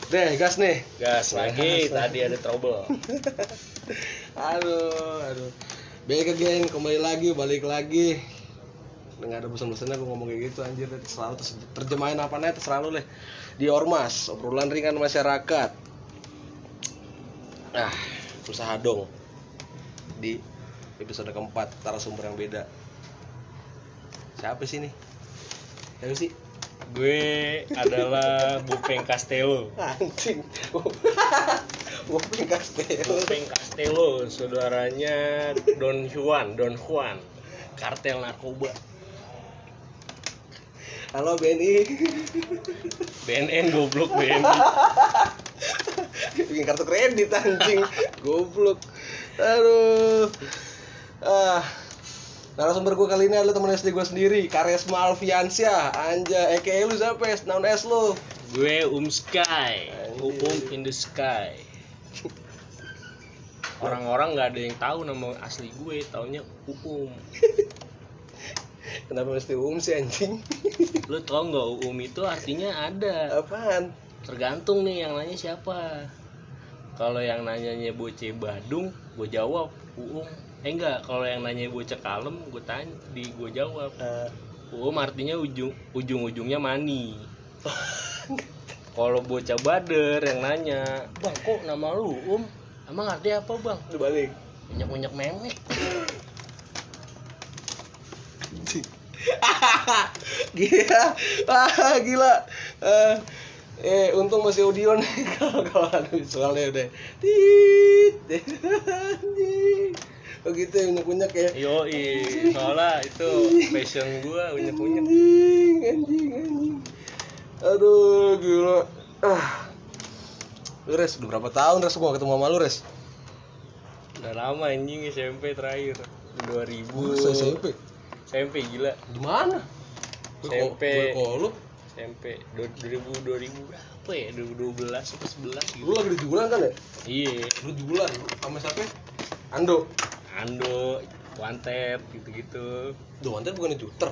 Deh, gas nih. Gas lagi, tadi ada trouble. Aduh. Back again, balik lagi. Nggak ada bosan-bosannya gue ngomong kayak gitu anjir. Selalu terjemahin apanya terserah lu deh. Di Ormas, obrolan ringan masyarakat. Usaha dong. Di episode keempat, narasumber yang beda. Siapa sih nih? Siapa sih? Gue adalah Bupeng Castello. Anjing. Bupeng Castello, saudaranya Don Juan, kartel narkoba. Halo BNI. BNN goblok BNN. Bikin kartu kredit anjing. Goblok. Aduh. Narasumber gue kali ini adalah teman SD gue sendiri, Karesma Alfiansyah. Anjay, lu siapa ya? Naon S lu? Gue Sky, in the sky. Orang-orang nggak ada yang tahu nama asli gue, taunya Kenapa mesti sih anjing? Lu tau nggak itu artinya ada? Apaan? Tergantung nih yang nanya siapa. Kalau yang nanyanya bocah Badung, gue jawab enggak. Kalau yang nanya bocah Kalem, gue jawab. Artinya ujung-ujungnya mani. Kalau bocah Bader yang nanya, "Bang, kok nama lu emang artinya apa, Bang?" Lu balik. Unyak-unyak memek. Gila. Untung masih audio nih. Kalau ada visualnya udah begitu unyak-unyak ya. Yoi, soalnya itu passion gua unyak-unyak. Anjing. Aduh, gila. Lu Res, udah berapa tahun Res gua ketemu sama lu Res? Udah lama anjing, SMP terakhir 2000. Masa SMP? SMP gila. Di mana? SMP. Lu SMP 2000 berapa ya? 2012 atau 11 gitu. Lu lagi di Jugulan kan ya? Iya. Lu Jugulan sama siapa? Ando, Wanted gitu-gitu. Wanted bukannya Juter?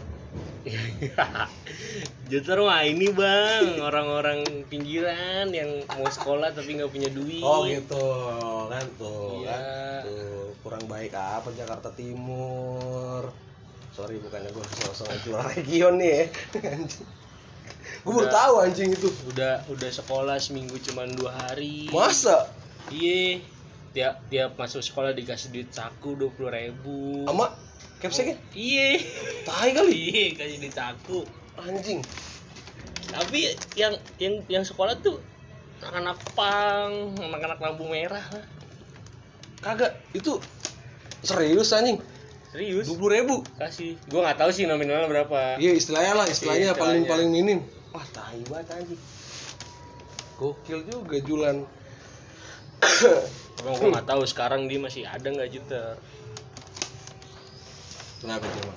Juter mah ini bang, orang-orang pinggiran yang mau sekolah tapi nggak punya duit. Oh gitu kan tuh. Iya. Kan, tuh kurang baik apa Jakarta Timur. Sorry bukannya gue sosok keluar region nih ya. Gue baru tahu anjing itu. Udah sekolah seminggu cuma 2 hari. Masa? Iya. Tiap masuk sekolah dikasih duit saku 20.000. Ama capsek? Iya. Tai kali. Iya, kasih duit saku. Anjing. Tapi yang sekolah tuh anak-anak pang, anak-anak lampu merah lah. Kagak, itu serius anjing. Serius? 20.000 kasih. Gua enggak tahu sih nominalnya berapa. Iya, istilahnya paling minim. Wah, tai banget anjing. Gokil juga Julan. Bang, gua enggak tahu sekarang dia masih ada enggak Juter. Kenapa coba?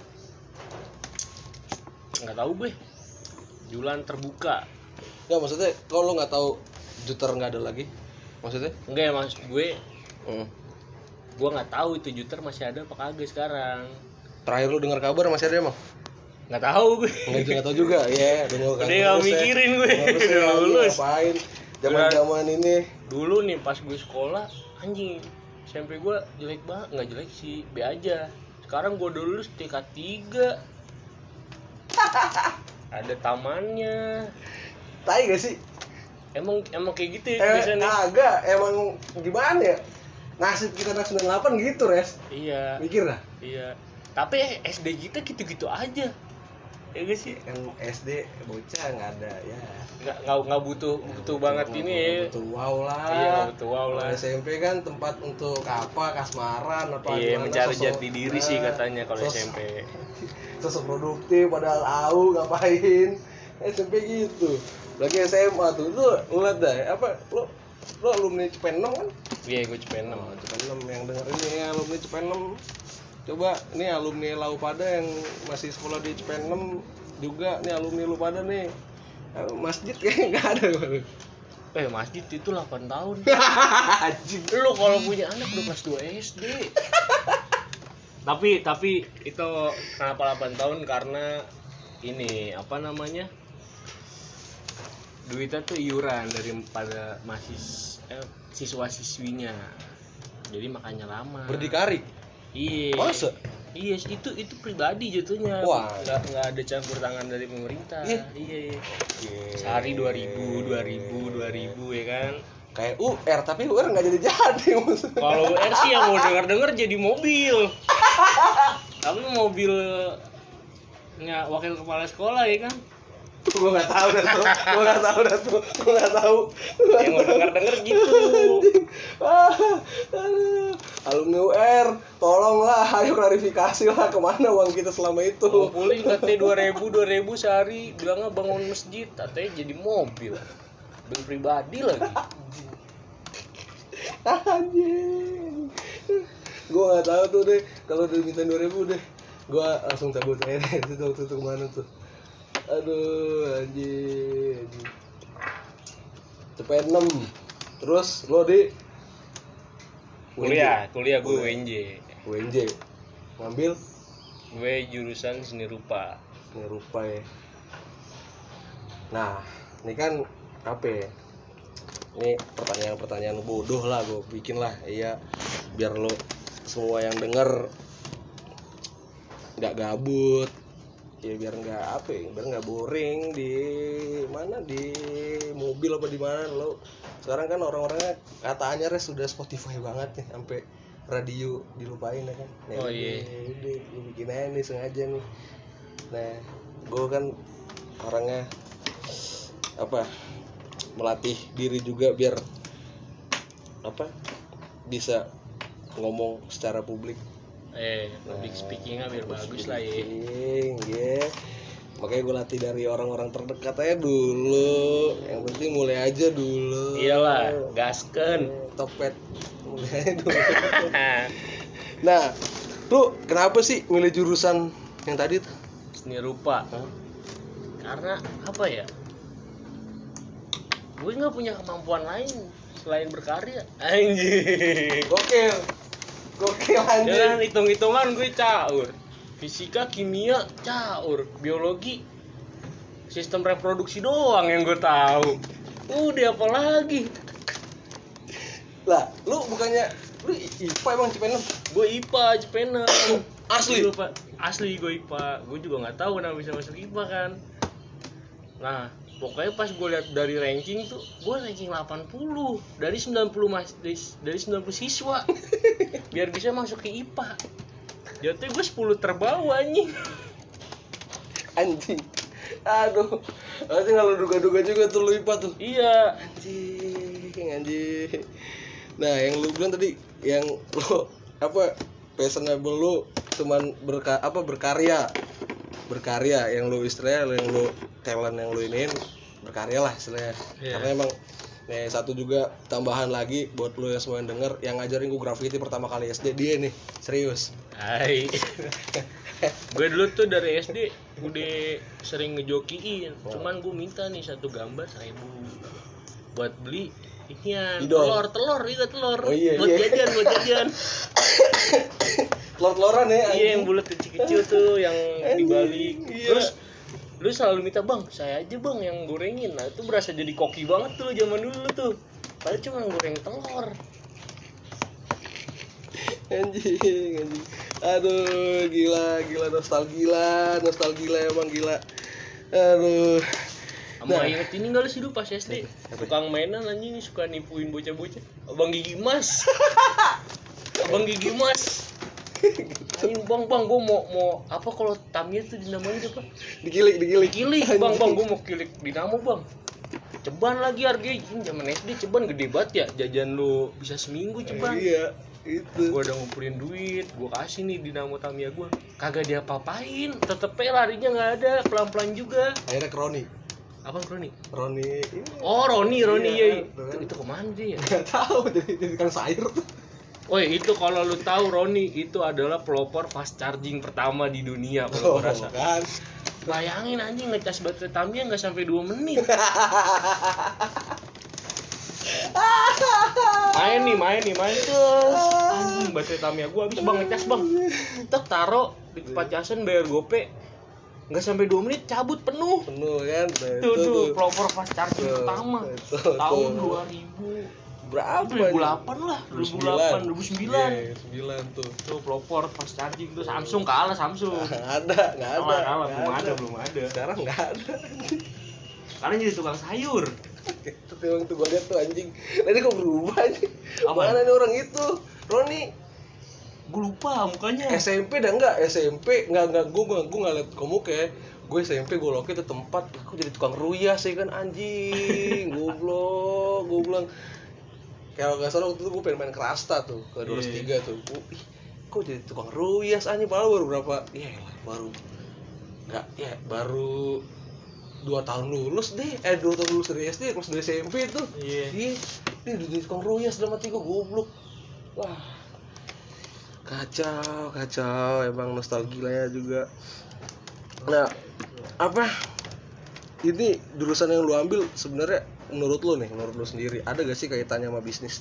Enggak tahu gue. Julan terbuka. Enggak, maksudnya kalau lo enggak tahu Juter enggak ada lagi. Maksudnya? Enggak ya, maksud gue. Gua enggak tahu itu Juter masih ada apa kagak sekarang. Terakhir lu dengar kabar masih ada emang? Enggak tahu gue. Enggak tahu juga. Ya, Udah enggak mikirin gue. Udah lulus. Ngapain? Zaman-zaman ini. Dulu nih pas gue sekolah, anjing. SMP gue jelek banget, enggak jelek sih, B aja. Sekarang gue dulu tingkat 3. Ada tamannya. Tai gak sih? Emang kayak gitu ya biasanya. Agak, emang gimana ya? Nasib kita anak 98 gitu, Res. Iya. Mikir dah. Iya. Tapi SD kita gitu-gitu aja. Ya gak sih? Kan SD bocah enggak ada ya. Enggak butuh banget ini ya. Butuh wow lah. Iya, enggak butuh wow lah. SMP kan tempat untuk apa? Kasmaran apa iya, gimana? Mencari jati diri sih katanya kalau SMP. Sosok produktif padahal ngapain? SMP gitu. Lagi SMA tuh lu ngeliat dah apa lu alumni Cepen 6 kan? Iya, gue Cepen 6. Cepen 6 yang denger ini ya alumni Cepen 6. Coba ini alumni Lau pada yang masih sekolah di Cepen 6 juga nih alumni lu pada nih. Masjid kayaknya enggak ada. Masjid itu 8 tahun. Lu kalau punya anak udah kelas 2 SD. Tapi itu kenapa 8 tahun karena ini apa namanya? duitnya tuh iuran daripada siswa-siswinya. Jadi makanya lama. Berdikari. Iya. Masa? Iya, itu pribadi jatuhnya. Wah. Nggak ada campur tangan dari pemerintah. Iya. Sehari 2000 ya kan. Kayak UR, tapi UR nggak jadi maksudnya. Kalau UR sih yang mau denger jadi mobil. Tapi mobilnya wakil kepala sekolah ya kan. Gue nggak tahu dah tuh. Yang mau denger gitu. Alumni UR, tolonglah, ayo klarifikasi lah kemana uang kita selama itu. Ngumpulin katanya 2000 sehari, bilangnya bangun masjid, katanya jadi mobil. Mobil pribadi lagi. Anjing. Gue nggak tahu tuh deh, kalau udah minta 2000 deh, gue langsung cabut aja deh. Itu kemana tuh? Aduh, anjing. Cepet 6. Terus lo di kuliah gue UNJ. Ngambil gue jurusan seni rupa ya. Nah, ini kan apa ya? Ini pertanyaan bodoh lah gue bikin lah. Iya, biar lo semua yang denger nggak gabut. Ya biar nggak boring di mana, di mobil apa di mana. Lo sekarang kan orang-orangnya katanya sudah Spotify banget nih, sampai radio dilupain ya kan. Nah, oh iya, udah lu bikin aja nih sengaja nih. Nah, gue kan orangnya melatih diri juga biar bisa ngomong secara publik. Public speakingnya biar bagus lah ya. Yeah. Makanya gue latih dari orang-orang terdekat aja dulu. Yang penting mulai aja dulu. Iyalah, gasken. Topet mulai aja dulu. Nah, lu kenapa sih milih jurusan yang tadi tuh? Seni rupa. Karena apa ya? Gue nggak punya kemampuan lain selain berkarya. Anjir. Gokil anjir. Jangan hitung-hitungan gue caur. Fisika, kimia caur. Biologi sistem reproduksi doang yang gue tahu. Udah apa lagi? Lah, lu IPA emang Cipenem? Gue IPA Cipenem. Asli? Asli gue IPA. Gue juga nggak tahu kenapa bisa masuk IPA kan. Nah, pokoknya pas gue lihat dari ranking tuh, gue ranking 80 dari 90 dari 90 siswa. Biar bisa masuk ke IPA. Jatuh gue 10 terbawah anjing. Aduh. Berarti enggak lu duga-duga juga tuh lu IPA tuh. Iya. Anjing. Nah, yang lu bilang tadi yang lu fashionable lu cuman berkarya. Yang lu istilahnya, yang lu talent yang lu iniin berkarya lah istilahnya. Yeah. Karena emang satu juga tambahan lagi buat lu yang semua yang denger, yang ngajarin gue graffiti pertama kali SD dia nih, serius. Hai. Gue dulu tuh dari SD udah sering ngejokiin. Cuman gue minta nih satu gambar 1.000 buat beli ikan telur. Oh, iya, buat jajan. Telur-teloran ya. Iya, yang bulat kecil-kecil tuh yang dibalik. Iya. Terus lu selalu minta, "Bang, saya aja Bang yang gorengin." Nah, itu berasa jadi koki banget tuh zaman dulu tuh. Padahal cuma goreng telur. Anjing. Aduh, gila nostalgia emang gila. Aduh. Sama inget ini enggak sih lu pas SD? Tukang mainan anjing suka nipuin bocah-bocah. Abang Gigi Mas. Anjing, bang, gua mau apa kalau Tamiya tuh dinamain apa? Digilik. Bang, gua mau kilik dinamo, Bang. Ceban lagi harganya. Zaman SD ceban gede banget ya. Jajan lu bisa seminggu ceban. Iya, itu. Gua udah ngumpulin duit, gua kasih nih dinamo Tamiya gua. Kagak dia apa-apain, tetep larinya enggak ada, pelan-pelan juga. Akhirnya ke Roni. Apa Roni? Oh, Roni ya. Itu kemana dia? Enggak tahu, jadi kan sayur tuh. Woi, itu kalau lu tahu Roni itu adalah pelopor fast charging pertama di dunia kalau gua rasa. Kan. Bayangin anjing ngecas baterai Tamiya enggak sampai 2 menit. main terus. Anjing baterai Tamiya gua habis Bang, ngecas Bang. Tek taro di tempat casan bayar gope. nggak sampai 2 menit cabut penuh. kan Tuh pelopor fast charging pertama tahun 2000 berapa 2008 lah, 2008 2009. Iya, 9 tuh. Tuh pelopor fast charging tuh Samsung kalah Samsung. Nggak ada. Kalah, belum ada. Sekarang nggak ada. Karena jadi tukang sayur. Itu emang tuh gue liat tuh anjing. Tadi kok berubah anjing. Apa? Mana nih orang itu? Roni. Gue lupa mukanya. SMP dah enggak? SMP enggak gue nggak liat komuknya. Gue SMP gue loket ke tempat, aku jadi tukang ruyas ya kan anjing. Goblok, gue bilang. Kalau nggak salah waktu itu gue pengen main Krasta tuh ke 203 tuh. Ih, kok jadi tukang ruyas anjing, padahal baru berapa? Baru 2 tahun lulus deh. 2 tahun lulus dari SD, kelas 2 SMP tuh. Iya. Ini udah jadi tukang ruyas dalam hati gue, goblok. Wah. Kacau emang nostalgianya juga. Nah, apa? Ini jurusan yang lu ambil sebenarnya menurut lu sendiri ada gak sih kaitannya sama bisnis?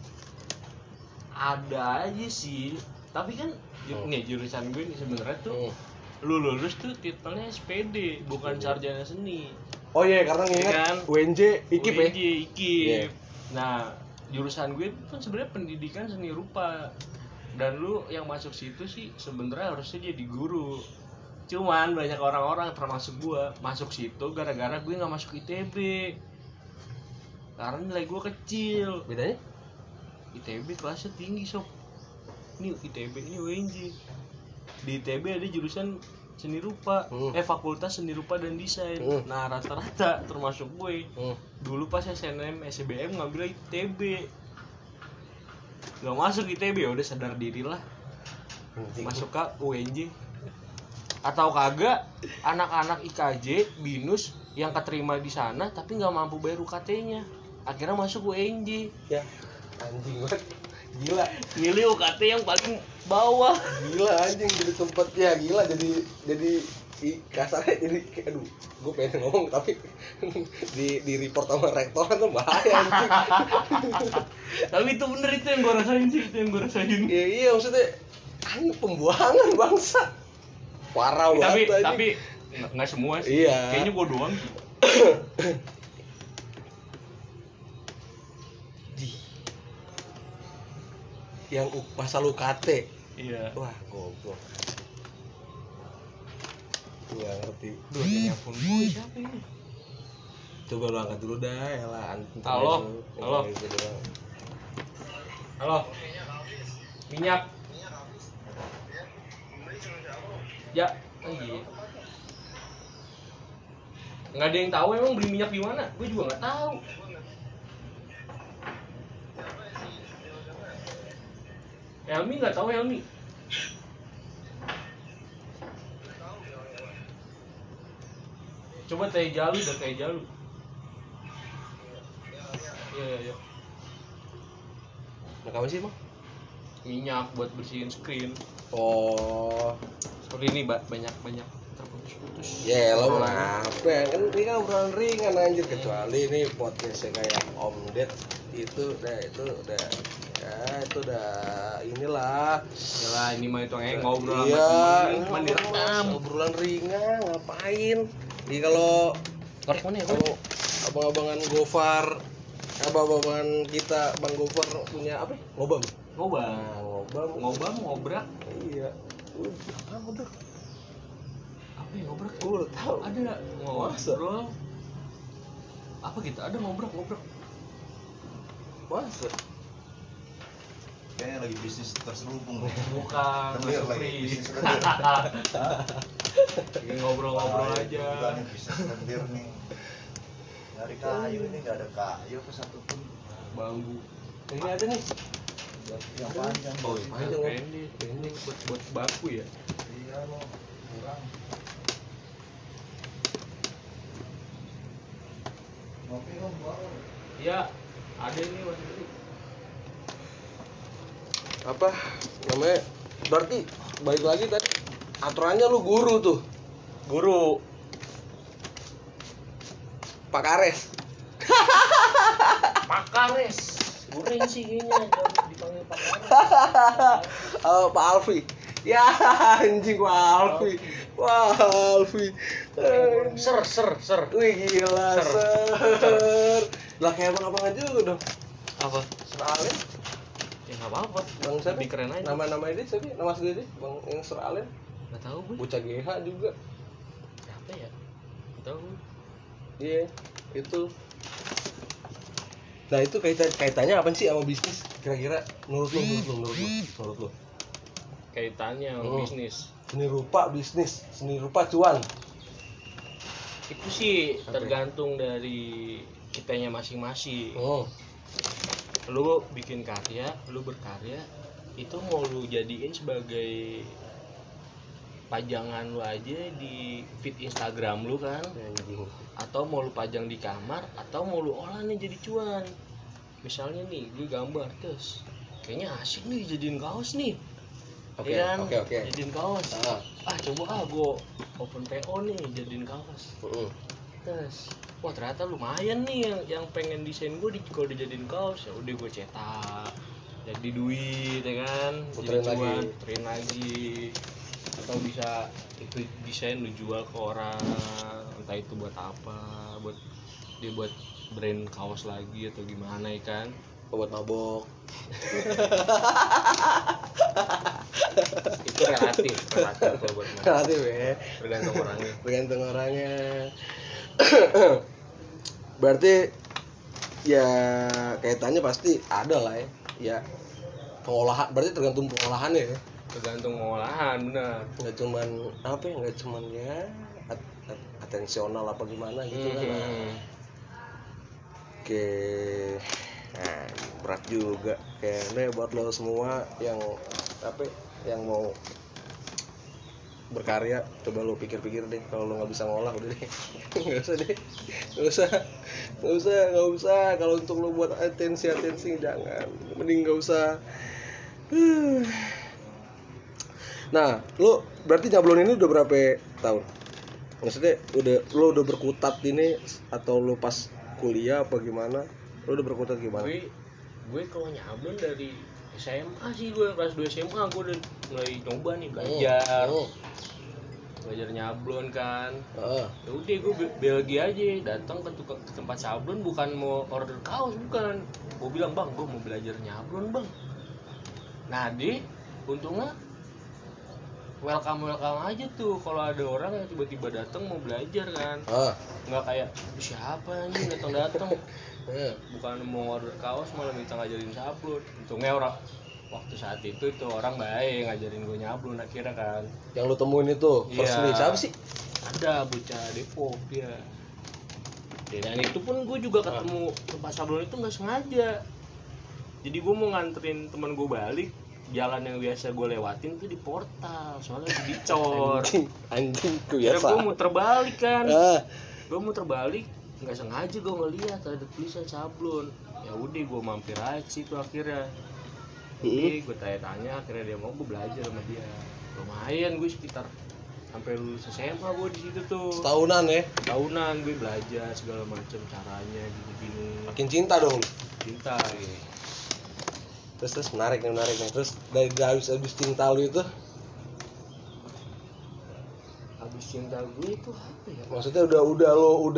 Ada aja sih, tapi kan nih jurusan gue nih sebenarnya tuh lu lulus tuh titelnya SPD bukan sarjana seni. Oh iya, karena nginget kan? UNJ IKIP ya? IKIP. Yeah. Nah, jurusan gue kan sebenarnya pendidikan seni rupa. Dan lu yang masuk situ sih sebenarnya harusnya jadi guru. Cuman banyak orang-orang termasuk gua masuk situ gara-gara gue nggak masuk ITB. Karena nilai gua kecil. Bedanya? ITB kelasnya tinggi sob. Ini ITB ini UNJ. Di ITB ada jurusan seni rupa, fakultas seni rupa dan desain. Nah rata-rata termasuk gue. Dulu pas SNM, SBM ngambil ITB. Gak masuk ITB, ya udah sadar diri lah. Masuk ke UNJ. Atau kagak anak-anak IKJ, BINUS yang keterima di sana tapi nggak mampu bayar UKT-nya, akhirnya masuk UNJ. Ya anjing banget, gila. Milih UKT yang paling bawah. Gila anjing, jadi tempat ya gila, jadi kasarnya jadi aduh, gue pengen ngomong tapi di report sama rektor kan bahaya anjing. Tapi itu bener, itu yang gue rasain sih, Iya maksudnya anjing, pembuangan bangsa. Parah banget. Tapi nggak semua sih. Iya. Kayaknya gue doang sih. Yang masalah UKT. Iya. Wah, goblok. Gue gak ngerti. Duh, telepon gue siapa ini? Coba lu angkat dulu dah, yalah. Halo. Minyak. Ya, iya. Nggak ada yang tahu emang beli minyak di mana? Gue juga nggak tahu. Helmi nggak tahu Helmi. Coba teh jalu. Iya. Nah, kapan sih, Bang? Minyak buat bersihin screen. Oh. Seperti ini, banyak terputus-putus. Ya, lo kenapa? Kan ini kan obrolan ringan anjir, kecuali ini podcastnya kayak Om Ded itu udah inilah. Yalah, ini mah itu ngobrol sama temen, cuma direkam. Obrolan ringan, ngapain? Jadi kalau korek mana ya? Kalau abang-abangan Gofar, abang-abangan kita Bang Gofar punya apa? Ngobam. Ngobrak. Iya. Udah. Apa ya ngobrak? Gue udah tahu. Ada ngobrol. Apa gitu? Ada ngobrak. Masa? Kayaknya lagi bisnis terselubung. Bukan. Lagi bisnis Lagi ngobrol-ngobrol aja. Bukan bisnis lendir nih. Dari kayu ini nggak ada kayu ke satu pun. Bambu. Ini ada nih. Yang panjang. Oh, pendek buat baku ya. Iya lo, kurang. Ngopi lo bawa. Iya, ada ini waktu itu. Apa namanya? Berarti balik lagi tadi aturannya lu guru tuh. Guru. Pak Kares. Goreng sih kayaknya dipanggil Pak Kares. Pak Alfi. Ya anjing Pak Alfi. Wah, Alfi. Ser. Wih gila, ser. Lah kayak abang aja lu dong. Apa? Seralen. Ya nggak apa-apa. Bang siapa? Lebih keren aja. Nama ini siapa? Nama asli dia? Bang yang Seralen. Nggak tahu gue. Bocah GH juga. Siapa ya? Nggak tahu. Iya, itu. Nah, itu kaitannya apa sih sama bisnis? Kira-kira menurut lu? Kaitannya sama bisnis. Seni rupa bisnis, seni rupa cuan. Itu sih tergantung dari kitanya masing-masing. Lu bikin karya, lu berkarya, itu mau lu jadiin sebagai pajangan lu aja di feed Instagram lu kan, atau mau lu pajang di kamar, atau mau lu olah nih jadi cuan. Misalnya nih, gue gambar terus kayaknya asik nih jadiin kaos nih. Oke. Jadiin kaos. Coba gue open PO nih jadiin kaos. Terus wah ternyata lumayan nih yang pengen desain gue kalau dijadiin kaos, ya udah gue cetak jadi duit ya kan, jadi cuan, puterin lagi. Atau bisa itu desain lu jual ke orang, entah itu buat apa, buat brand kaos lagi atau gimana ya kan, buat mabok. Itu relatif kalau buat mabok. Relatif ya, tergantung orangnya. Berarti ya kaitannya pasti ada lah ya pengolahan, berarti tergantung pengolahannya ya. Tergantung pengolahan, benar. Nggak cuman ya atensional apa gimana gitu kan. Oke. Nah, berat juga kayaknya buat lo semua yang mau berkarya. Coba lo pikir-pikir deh, kalau lo nggak bisa ngolah udah deh. nggak usah kalau untuk lo buat atensi jangan, mending nggak usah. Nah, lo berarti nyablon ini udah berapa tahun? Maksudnya lo udah berkutat ini atau lo pas kuliah apa gimana? Lo udah berkutat gimana? Gue kalau nyablon dari SMA sih, gue kelas 2 SMA gue udah mulai nyoba nih belajar. Belajar nyablon kan. Ya udah gue Belgia aja, datang ke tempat sablon bukan mau order kaos, bukan. Gue bilang, "Bang, gue mau belajar nyablon, Bang." Nah, untungnya welcome aja tuh kalau ada orang yang tiba-tiba datang mau belajar kan. Nggak kayak siapa nih datang bukan mau order kaos malah minta ngajarin sablon. Untungnya waktu saat itu orang baik ngajarin gue nyablon akhirnya kan. Yang lu temuin itu firstly siapa sih? Ada bocah Depok dia. Dan itu pun gue juga ketemu tempat sablon itu nggak sengaja. Jadi gue mau nganterin teman gue balik, jalan yang biasa gue lewatin tuh di portal, soalnya dicor. anjing tuh biasa. Gue muter balik kan. Gue muter balik, nggak sengaja gue ngeliat ada tulisan sablon. Ya udah gue mampir aja situ akhirnya. Gue tanya-tanya, akhirnya dia mau, gue belajar sama dia. Lumayan gue sekitar sampai lulus SMA gue di situ tuh. Setahunan gue belajar segala macam caranya gini-gini. Makin cinta dong. Cinta. Terus menarik nih. Terus dari habis cinta lu itu? Habis cinta gue itu apa ya? Maksudnya udah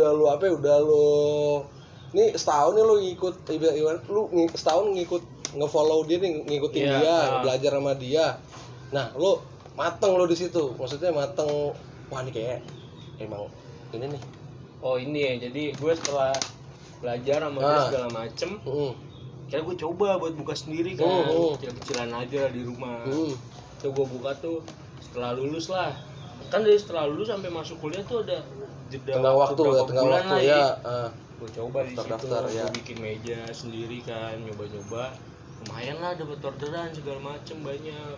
lo nih setahun nih lo ngikut setahun nge-follow dia nih, ngikutin dia, belajar sama dia. Nah, lo mateng lo di situ. Maksudnya mateng, wah ini kayak emang ini nih. Oh, ini ya. Jadi gue setelah belajar sama dia segala macem, kira gue coba buat buka sendiri kan, kecil-kecilan aja di rumah. Tuh gue buka tuh setelah lulus lah. Kan dari setelah lulus sampai masuk kuliah tuh ada jeda tengah waktu ya. Gue coba di situ, gue bikin meja sendiri kan, nyoba-nyoba. Lumayan lah dapat orderan segala macem banyak.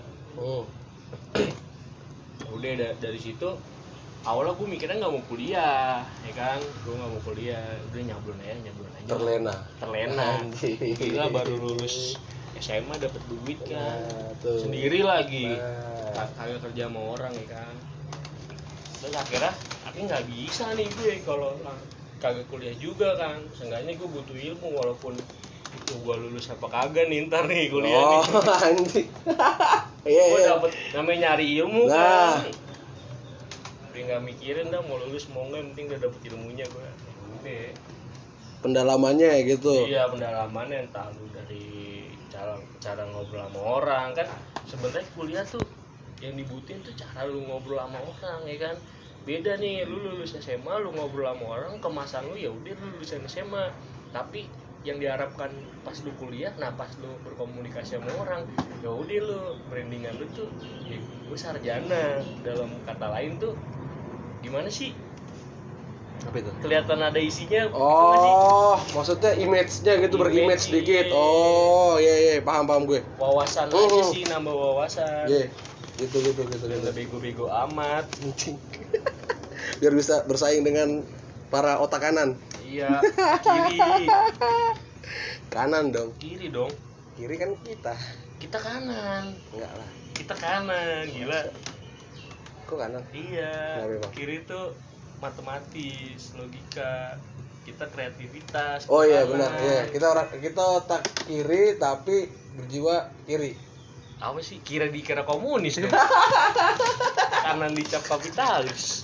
Udah dari situ awalnya gue mikirnya nggak mau kuliah, ya kan? Gue nggak mau kuliah, udah nyablon aja. Terlena. Gila baru lulus SMA dapat duit kan, sendiri lagi, kagak kerja sama orang ya kan. Terus akhirnya nggak bisa nih gue kalau kagak kuliah juga kan. Seenggaknya gue butuh ilmu walaupun itu gue lulus apa kagak nih ntar nih kuliah nih. Anjing. Gue dapet namanya nyari ilmu kan. kayak nggak mikirin dah mau lulus mau nggak, yang penting udah dapet ilmunya gue. Udah. Pendalamannya ya gitu. Iya, pendalamannya entah lu dari cara ngobrol sama orang kan. Sebenarnya kuliah tuh yang dibutuhin tuh cara lu ngobrol sama orang ya kan. Beda nih, lu lulus SMA lu ngobrol sama orang, kemasan lu ya udah lu lulus SMA. Tapi yang diharapkan pas lu kuliah, nah pas lu berkomunikasi sama orang, ya udah lu brandingan lu tuh ya gue sarjana. Dalam kata lain tuh gimana sih? Apa itu? Kelihatan ada isinya. Oh, maksudnya image-nya gitu, berimage sedikit. Oh, iya paham gue. Wawasan aja sih, nambah wawasan. Iya. Gitu. Nggak bego-bego amat. Biar bisa bersaing dengan para otak kanan. Iya, kiri. Kanan dong. Kiri dong. Kiri kan kita. Kita kanan. Enggak lah. Kita kanan, gila. Kok kanan? Iya. Kenapa, Bang? Kiri tuh matematis, logika. Kita kreativitas. Oh iya kanan. benar. Iya, kita otak kiri tapi berjiwa kiri. Apa sih? Dikira komunis dong. Kanan dicap kapitalis.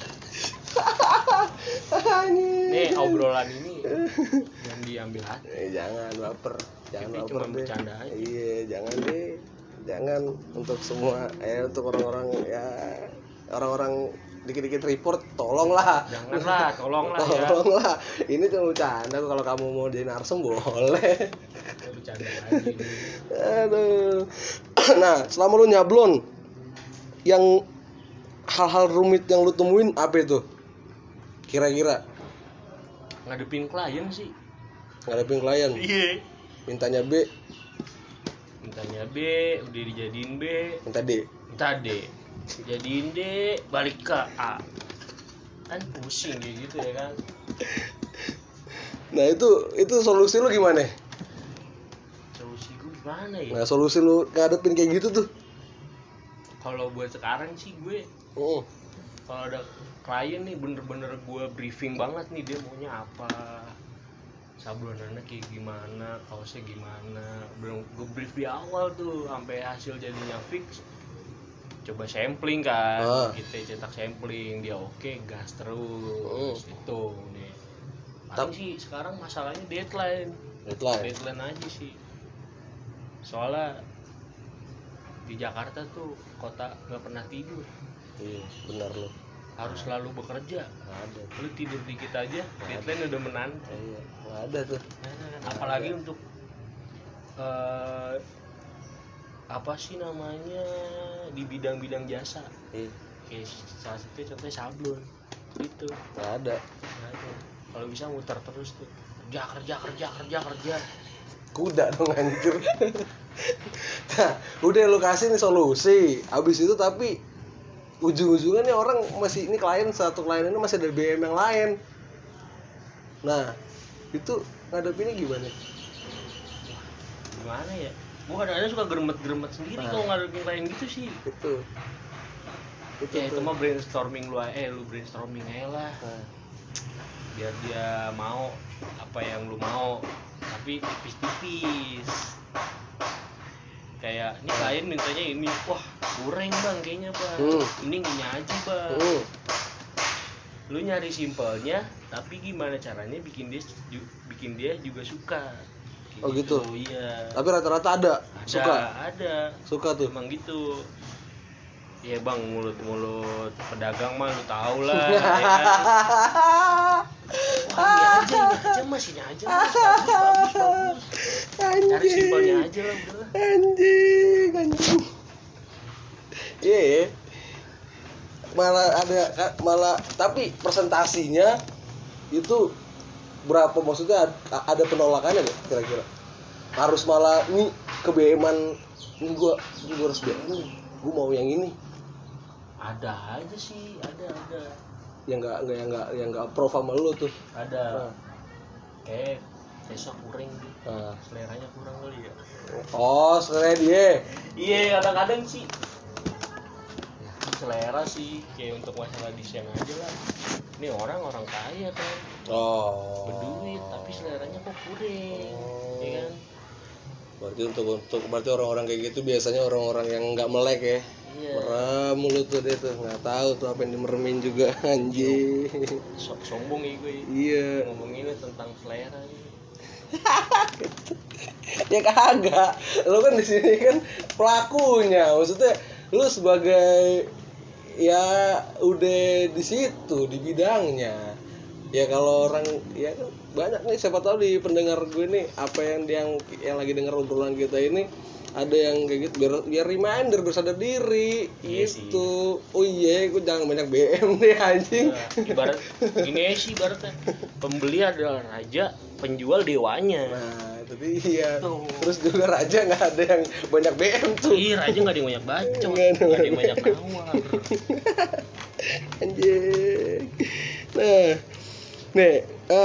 Nih obrolan ini yang diambil hati. Jangan baper. Jangan Ini baper cuma deh. bercanda aja. Iya, jangan deh. Jangan untuk semua untuk orang-orang ya orang-orang dikit-dikit report tolonglah. Janganlah, tolonglah ya. Tolonglah. Ini cuma bercanda, kalau kamu mau jadi narsum boleh. Kita bercanda aja ini. Aduh. Nah, selama lu nyablon, yang hal-hal rumit yang lu temuin apa itu? Kira-kira Ngadepin klien sih. ngadepin klien, Iya. mintanya B, Mintanya B, udah dijadiin B, minta D. minta D. Jadiin D, balik ke A. Kan pusing kayak gitu ya kan. Nah, itu solusi lu gimana? Solusi gue gimana ya? Nah, solusi lu ngadepin kayak gitu tuh. Kalau buat sekarang sih gue kalau ada klien nih bener-bener gue briefing banget nih dia maunya apa, sablonannya kayak gimana, kaosnya gimana, belum gue brief di awal tuh sampai hasil jadinya fix. Coba sampling kan, kita cetak sampling dia oke, gas terus itu nih. Paling sih sekarang masalahnya deadline aja sih. Soalnya di Jakarta tuh kota nggak pernah tidur. Iya, benar lu. Harus selalu bekerja. Nggak ada. Lu tidur dikit aja, deadline udah menanti. Iya, nggak ada tuh. Apalagi untuk apa sih namanya di bidang-bidang jasa. Iya. Kayak salah satu contohnya sablon. Itu. Nggak ada. Kalau bisa muter terus tuh. Kerja. Kuda dong anjir. Nah, udah lu kasih nih solusi. Abis itu tapi ujung-ujungnya nih orang masih ini satu klien ini masih ada BM yang lain. Nah, itu ngadepinnya gimana? Gimana ya? Gua kadang-kadang suka geremet sendiri kalau ngadepin klien gitu sih. Itu Ya itu mah brainstorming lu brainstorming aja lah. Biar dia mau apa yang lu mau, tapi tipis-tipis. Kayak ini klien mintanya ini, wah kurang bang kayaknya bang, ini aja bang. Lu nyari simpelnya, tapi gimana caranya bikin dia juga suka. Oh gitu. Iya. Tapi rata-rata ada. Suka tuh. Emang gitu. Ya bang, mulut pedagang mah lu tau lah. Ya kan? Wah, ini aja mas, bagus. Cari simpelnya aja lah, udah. Anjing. Iya. Malah tapi presentasinya itu berapa, maksudnya ada penolakannya nggak kira-kira? Harus malah nih ke BM-an, ini gua harus BM nih, gua mau yang ini. Ada aja sih, ada. Yang nggak approve sama lu tuh. Ada. Kayak besok kurang gitu. Seleranya kurang kali ya. Oh, selera dia. Iya, kadang-kadang sih. Selera sih, kayak untuk masalah desain aja lah. Ini orang kaya kan. Berduit, tapi seleranya kok kurang. Iya kan? Berarti untuk berarti orang-orang kayak gitu biasanya orang-orang yang nggak melek ya. Iya. Merem mulut tuh dia tuh, nggak tahu tuh apa yang dimeremin juga anjing. Sombong nih gue. Iya. Ngomonginnya tentang selera nih. Ya kagak, lu kan di sini kan pelakunya, maksudnya lu sebagai ya udah di situ di bidangnya. Ya kalau orang ya kan banyak nih, siapa tahu di pendengar gue nih apa yang lagi denger obrolan kita ini ada yang kayak gitu, biar reminder, biar sadar diri Iya gitu. Oh iya, gue jangan banyak BM deh anjing. Nah, ibarat gini sih, ibaratnya pembeli adalah raja, penjual dewanya. Nah, tapi iya. Tuh. Terus juga raja nggak ada yang banyak BM tuh. Ih, raja nggak ada yang banyak bacot, Nggak ada nggak ada yang banyak nawar. Anjing. Nah, nih,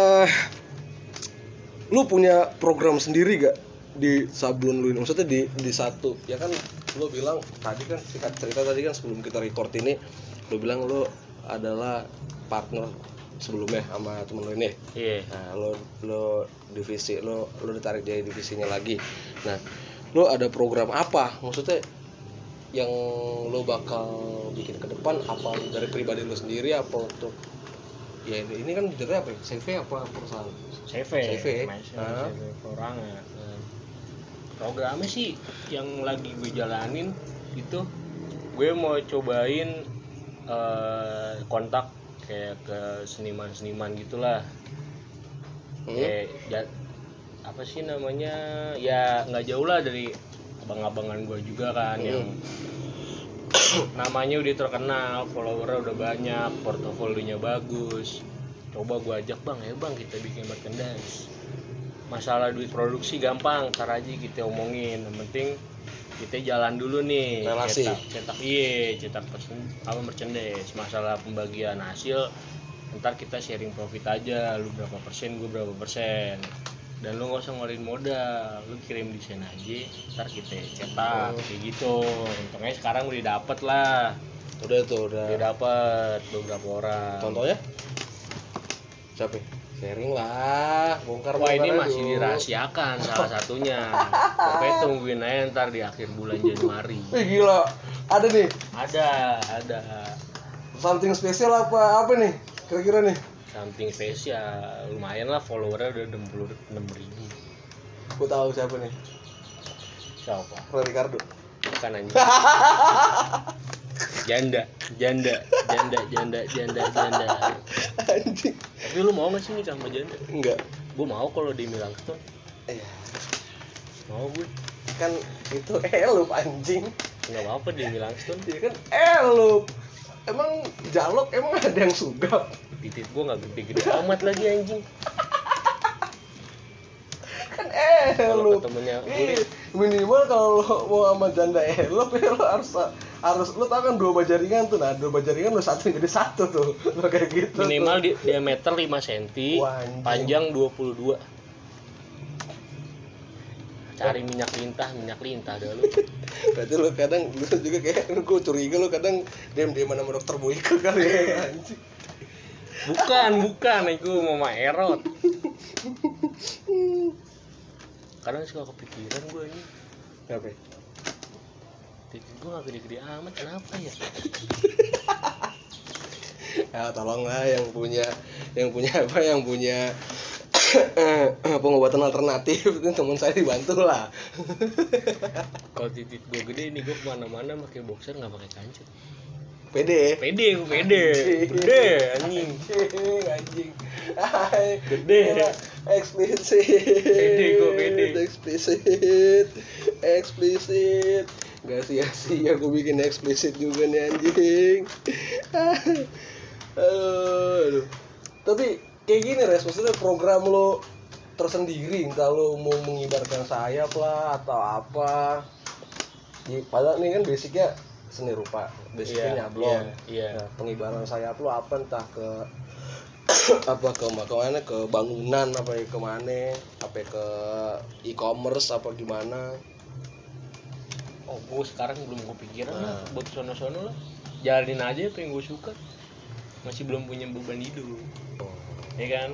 lu punya program sendiri gak di sablon lu ini? Maksudnya di satu, ya kan lu bilang tadi kan singkat cerita tadi kan sebelum kita record ini, lu bilang lu adalah partner sebelumnya sama temen lu ini. Iya. Nah, lo divisi lo ditarik jadi divisinya lagi. Nah, lo ada program apa? Maksudnya yang lo bakal bikin ke depan, apa dari pribadi lo sendiri, apa untuk ya ini kan jadinya apa ya? CV apa perusahaan? CV. Masih CV perorangan. Programnya sih yang lagi gue jalanin itu, gue mau cobain kontak kayak ke seniman-seniman gitulah. Kayak apa sih namanya, ya nggak jauh lah dari abang-abangan gue juga kan, yang namanya udah terkenal, followernya udah banyak, portofolionya bagus. Coba gue ajak, bang kita bikin merchandise. Masalah duit produksi gampang, ntar aja kita omongin. Yang penting kita jalan dulu nih, relasi. cetak merchandise. Masalah pembagian hasil ntar kita sharing profit aja, lu berapa persen, gue berapa persen. Dan lu nggak usah ngeluarin modal, lu kirim desain aja, ntar kita cetak kayak gitu. Untungnya sekarang udah dapet lah. Udah dapet beberapa orang. Contohnya? Siapa? Sharing lah, bongkar. Wah, ini masih dirahasiakan salah satunya. Pokoknya tungguin aja ntar di akhir bulan Januari. Gila, ada nih. Ada. Something spesial apa nih? Kira-kira nih? Something spesial, lumayan lah, followernya udah 66.000. Gue tahu siapa nih. Siapa? Roy Ricardo. Bukan anjing. Janda. Anjing. Tapi lu mau nggak sih nih sama janda? Enggak. Gue mau kalau di Milangton. Mau gue. Kan itu elup anjing. Nggak apa-apa di Milangton. Iya kan elup. Emang jalok emang ada yang sugap. Titik gue nggak gede-gede amat lagi anjing. Kan Kalau elup. ketemunya Minimal kalau mau sama janda elup ya lo harus lo tau kan 2 bajaringan tuh. Nah 2 bajaringan lo satu jadi satu tuh. Lo kayak gitu. Minimal diameter 5 cm, panjang 22. Cari minyak lintah dah lu. Berarti lo kadang lo juga kayak gue curiga lo kadang diam-diaman sama dokter Boyke kali ya anjing. Bukan, itu Mama Erot. Kadang suka kepikiran gue ini. Apa? Titik gue gak gede-gede amat, kenapa ya? Ya tolonglah yang punya pengobatan alternatif itu teman saya dibantu lah. Kalau titik gue gede nih, gue kemana-mana pakai boxer nggak pakai kancut. Pede anjing. Gede eksplisit gak sia-sia gue bikin eksplisit juga nih anjing. Aduh. Tapi kayak gini Res, maksudnya program lo tersendiri, entah lo mau mengibarkan sayap lah atau apa. Padahal ini kan basicnya seni rupa, basicnya nyablon. Nah, pengibaran sayap lo apa, entah ke apa ke mana, ke bangunan apa ya, kemana, apa ke e-commerce apa gimana. Oh, gue sekarang belum kepikiran lah buat sono-sono lah. Jalanin aja apa yang gue suka. Masih belum punya beban hidup. Ya kan?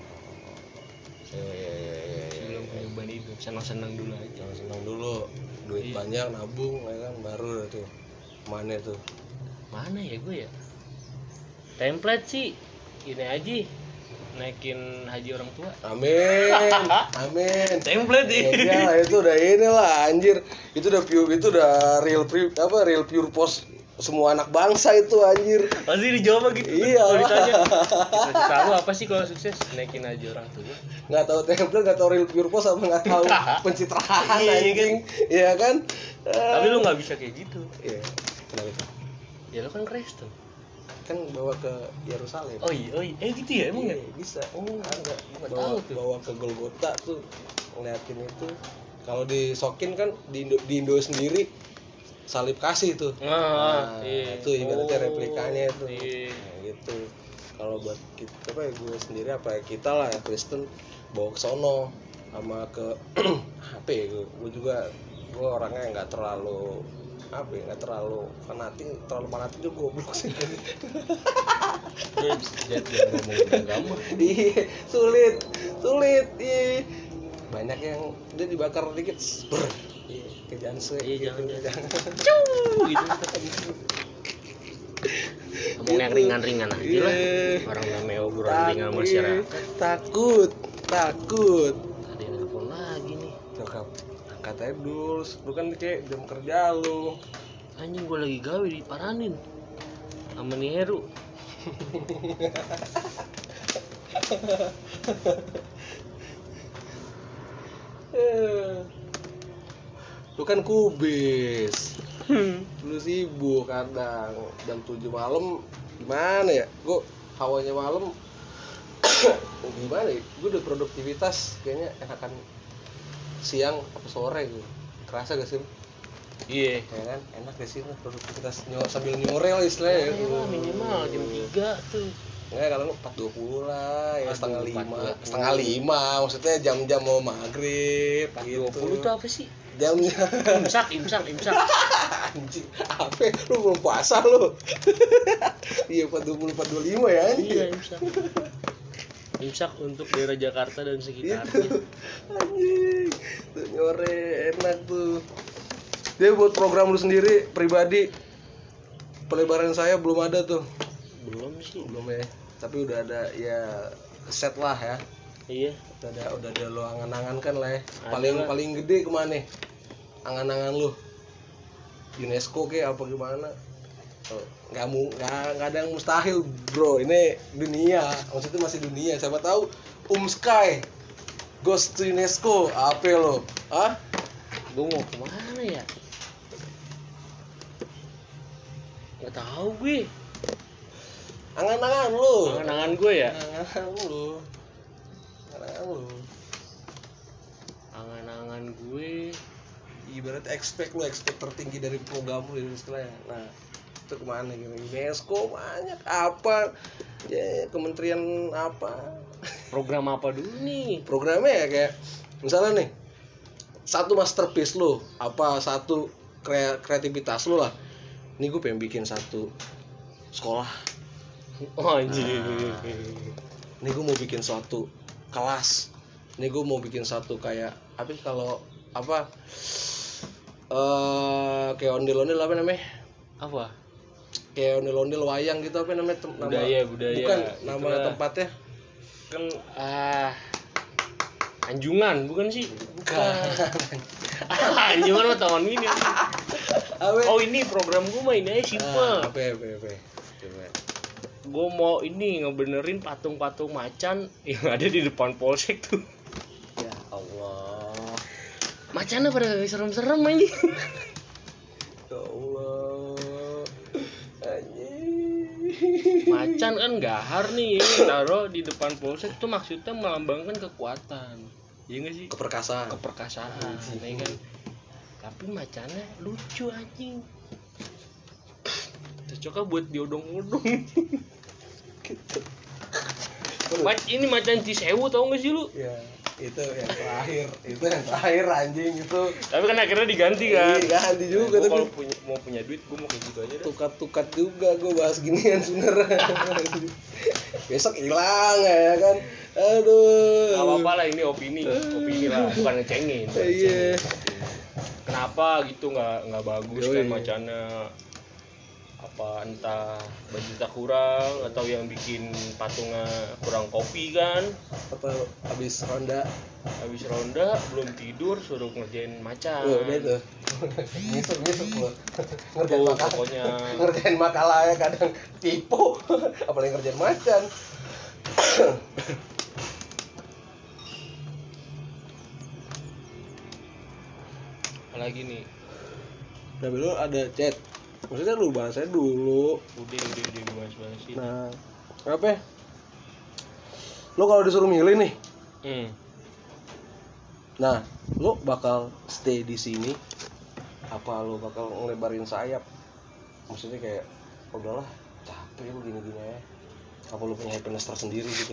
Belum punya beban hidup, senang-senang dulu aja. Senang dulu, duit banyak nabung ya kan, baru tuh. Mana tuh? Mana ya gue ya? Template sih ini aja, naikin haji orang tua. Amin. Amin. Template Ya itu udah inilah anjir. Itu udah real pure post semua anak bangsa itu anjir. Pasti dijawab gitu. Iya. Kalau ditanya, cita-cita lu apa sih kalau sukses? Naikin haji orang tua. Nggak tahu template, nggak tahu real pure post, sama nggak tahu pencitraan Iya, anjing. Iya kan? Tapi lu nggak bisa kayak gitu. Iya. Kenapa itu? Ya lu kan Kristen. Kan bawa ke Yerusalem. Oh iya. Gitu ya emang Iya, ya? bisa. Enggak bawa, tahu tuh. bawa ke Golgota tuh, ngeliatin itu. Kalau disokin kan di Indo sendiri salib kasih tuh. Iya. Itu ibaratnya replikanya itu. Iya. Nah, gitu. Kalau buat kita apa ya, gue sendiri apa ya, kita lah ya Kristen bawa ke sono sama ke apa ya, gue juga gue orangnya nggak terlalu apa ya, nggak terlalu fanatik juga goblok sih. Jangan ngomongin agama. Iya, sulit iya. Banyak yang dia dibakar dikit iya, ke janse Iya, gitu. jangan. Gitu. Ngomong yang ringan-ringan aja lah. Orang namanya obrolan ringan masyarakat. Takut Tadi nelfon lagi nih. cokap angkat aja dulu, lu kan kayak jam kerja lu. Anjing gua lagi gawe diparanin sama nih Heru. Lu kan kubis, lu sibuk kadang jam 7 malam gimana ya, gua hawanya malam gimana ya, gua udah produktivitas kayaknya enakan siang apa sore gitu, kerasa gak sih? Iya. Ya kan, enak gak sih produktivitas sambil nyorel istilahnya ya. Minimal jam 3 tuh. Nggak, kalau lu 4.20 lah, ya Aduh, setengah lima, maksudnya jam-jam mau maghrib 4.20 gitu. tuh apa sih? Jamnya Imsak. anjing, apa lu belum puasa lu? Iya 4.20 4.25 ya anjing. Iya, imsak untuk daerah Jakarta dan sekitarnya. Anjing, tuh nyore enak tuh. Dia buat program lu sendiri pribadi, pelebaran saya belum ada tuh. Belum sih. Belum ya, tapi udah ada ya, set lah ya. Iya. Udah ada lo angan-angan kan lah ya. Ada lah. Paling gede kemana? Angan-angan lu UNESCO kayak apa gimana? Oh, nggak ada yang mustahil bro, ini dunia, maksudnya masih dunia. Siapa tahu Sky goes to UNESCO, apa lo? Hah? Gue mau kemana ya? Nggak tahu gue. Angan-angan lu. Angan-angan gue ya. Angan-angan gue. Ibarat expect tertinggi dari program lu ini istilahnya. Nah, itu kemana gitu? UNESCO banyak apa? Ya kementerian apa? Program apa dulu nih? Programnya ya kayak misalnya nih, satu masterpiece lu, apa satu kreativitas lu lah. Nih gue pengen bikin satu sekolah. Oh anjir. Nih gue mau bikin suatu kelas. Nih gue mau bikin satu kayak apa sih kalau apa? Kayak ondel-ondel apa namanya? Apa? Kayak ondel-ondel wayang gitu, apa namanya? Budaya. Bukan nama Itulah. tempatnya. Kan Anjungan bukan sih? Bukan. Anjungan mah taman mini. Apa? Oh ini program gue mah ini aja simple. Apa? Coba. Gue mau ini ngebenerin patung-patung macan yang ada di depan polsek tuh. Ya Allah. Macannya pada serem-serem aja. Ya Allah. Anjing. Macan kan gahar nih, taruh di depan polsek tuh maksudnya melambangkan kekuatan. Iya nggak sih? Keperkasaan, ya kan? Tapi macannya lucu anjing. Cocoknya buat diodong-odong. Gitu. Ini macan Cisewu tau nggak sih lu? Ya, itu yang terakhir anjing itu. Tapi kan akhirnya diganti kan? Iya, ganti juga, Gua tapi kalau mau punya duit gue mau kayak gitu aja dah. tukat juga gue bahas ginian sebenarnya. Besok hilang ya kan. Aduh. Gak apa-apa lah, ini opini lah, bukan ngecengin. Iya. Kenapa gitu nggak bagus Yoi. kan macannya? apa entah budgetnya kurang atau yang bikin patungnya kurang kopi kan, Atau habis ronda. belum tidur suruh ngerjain macan. Udah itu. Misuk gua. Ngerjain Tuh, makalah. pokoknya Ngerjain makalah ya kadang tipu, apalagi ngerjain macan. apalagi nih, Tapi lu ada chat. Maksudnya lu bahasnya dulu. udah dibahas-bahasin. Nah, apa? Lu kalau disuruh milih nih. Nah, lu bakal stay di sini apa lu bakal ngelebarin sayap? Maksudnya kayak udahlah, capek lu gini-gini ya. Apa lu punya happiness tersendiri gitu?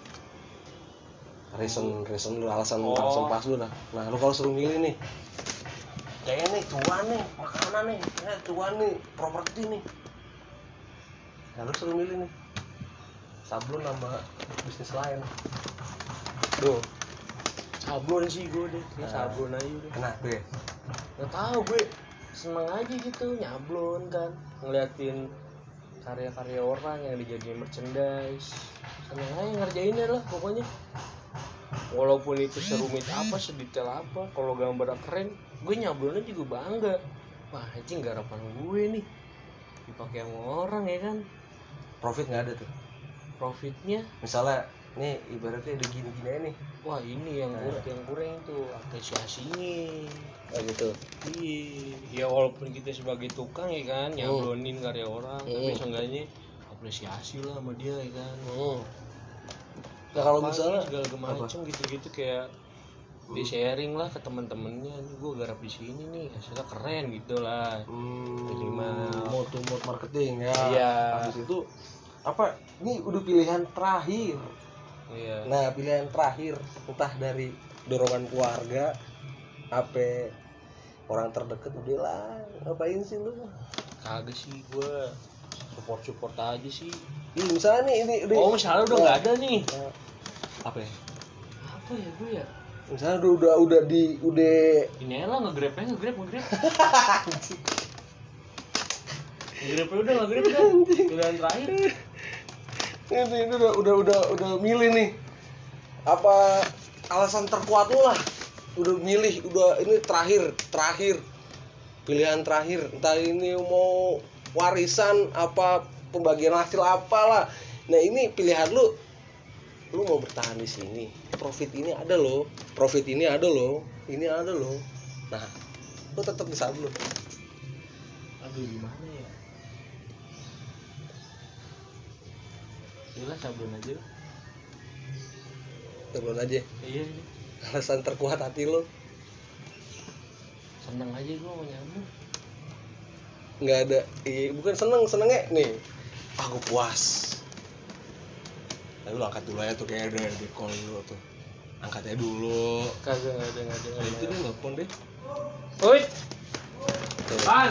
Reason lu alasan pas lu lah. Nah, lu kalau suruh milih nih. Kayaknya nih cuan nih, makanan nih, cuan nih, properti nih. Nah, lu suruh milih nih. Sablon sama bisnis lain. Duh, Sablon sih gue deh, Nah. sablon aja udah. kenapa ya? Gak tau gue seneng aja gitu nyablon kan, ngeliatin karya-karya orang yang dijadiin merchandise, seneng aja ngerjainnya lah pokoknya. Walaupun itu serumit apa, sedetail apa, kalau gambarnya keren, gue nyablonnya juga bangga. Wah anjing garapan gue nih dipakai sama orang ya kan. Profit nggak ada tuh. Profitnya, Misalnya, nih ibaratnya udah gini-gini aja nih. wah ini yang kurang tuh apresiasinya. Oh gitu. Iya, ya walaupun kita sebagai tukang ya kan nyablonin karya orang, tapi seenggaknya apresiasi lah sama dia ya kan. Nah kalau Apa misalnya segala macam gitu-gitu kayak di sharing lah ke teman-temannya, gue garap di sini nih hasilnya keren gitu lah. Terima. Mood marketing ya. Iya. Habis itu apa? Ini udah pilihan terakhir. Iya. Nah pilihan terakhir entah dari dorongan keluarga, apa orang terdekat, udah lah ngapain sih lu? Kagak sih, gue support aja sih. Ini misalnya nih ini Oh misalnya udah nggak ada nih. apa ya? Apa ya gue ya? Misalnya udah Ini aja lah nge-grab. Nge-grab udah nge-grab kan. Pilihan terakhir. ini udah milih nih. Apa alasan terkuat lu lah? Udah milih, udah ini terakhir. Pilihan terakhir. Entah ini mau warisan apa pembagian hasil apalah. Nah, ini pilihan lu mau bertahan di sini. Profit ini ada loh. Ini ada loh. Nah, lu tetap di Sablon. Aduh gimana ya? Gila sablon aja. Sablon aja. Iya. Alasan terkuat hati lu. Seneng aja gue mau nyambung. Nggak ada, bukan senengnya nih, aku puas. Lalu angkat dulu aja tuh, kayak ada di call dulu tuh, angkatnya dulu. Kagak ada. Nah, itu dia nelfon deh. Oi. Tuh. Pan.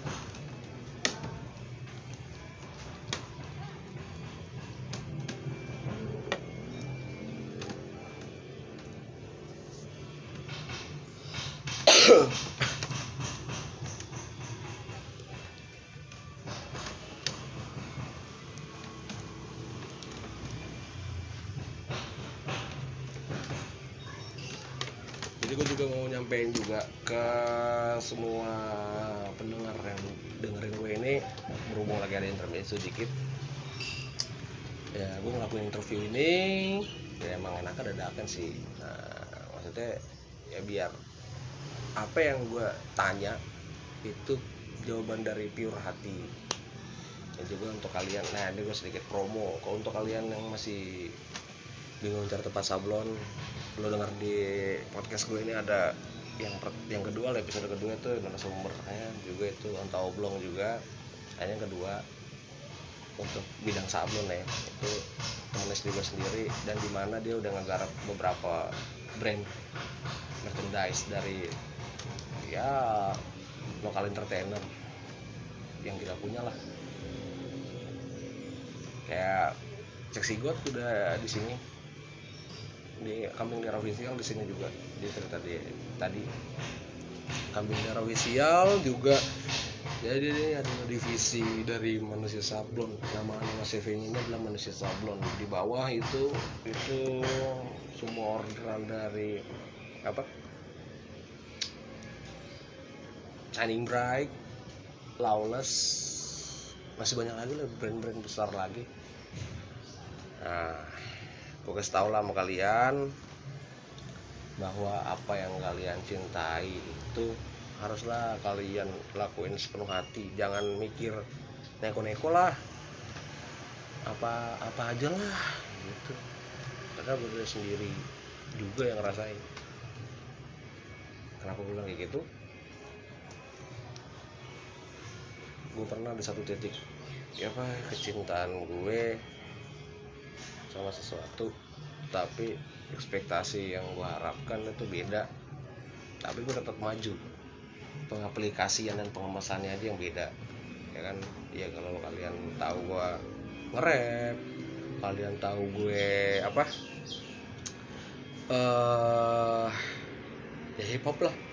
Jadi gue juga mau nyampein juga ke semua pendengar yang dengerin gue ini, berhubung lagi ada intermezzo dikit. Ya gue ngelakuin interview ini ya emang enaknya dadakan sih. Nah, maksudnya ya biar apa yang gue tanya itu jawaban dari pure hati. Dan juga untuk kalian, nah ini gue sedikit promo. Kalau untuk kalian yang masih bingung cari tempat sablon, lo denger di podcast gue ini ada yang kedua lah, episode kedua itu narasumbernya juga itu Onta Oblong juga. Yang kedua untuk bidang sablon ya, itu temen SD gue sendiri, dan dimana dia udah ngegarap beberapa brand merchandise dari ya lokal entertainer yang kita punya lah, kayak Seksi God udah di sini, di Kambing Daerah Official di sini juga dia cerita tadi Kambing Daerah Official juga Jadi ini adalah divisi dari manusia sablon. Nama CV-nya ini adalah manusia sablon. Di bawah itu semua orderan dari apa? Shining Bright, Lawless, masih banyak lagi lah brand-brand besar lagi. Nah, gue kasih tau lah sama kalian bahwa apa yang kalian cintai itu haruslah kalian lakuin sepenuh hati. Jangan mikir neko-neko lah, apa aja lah gitu. Karena berdiri sendiri juga yang ngerasain. Kenapa gue bilang kayak gitu? Gue pernah ada satu titik kecintaan gue sama sesuatu, tapi ekspektasi yang gue harapkan itu beda, tapi gue dapat maju. Pengaplikasian dan pengemasannya aja yang beda, ya kan? Ya kalau kalian tahu gue nge-rap, kalian tahu gue ya hip hop lah,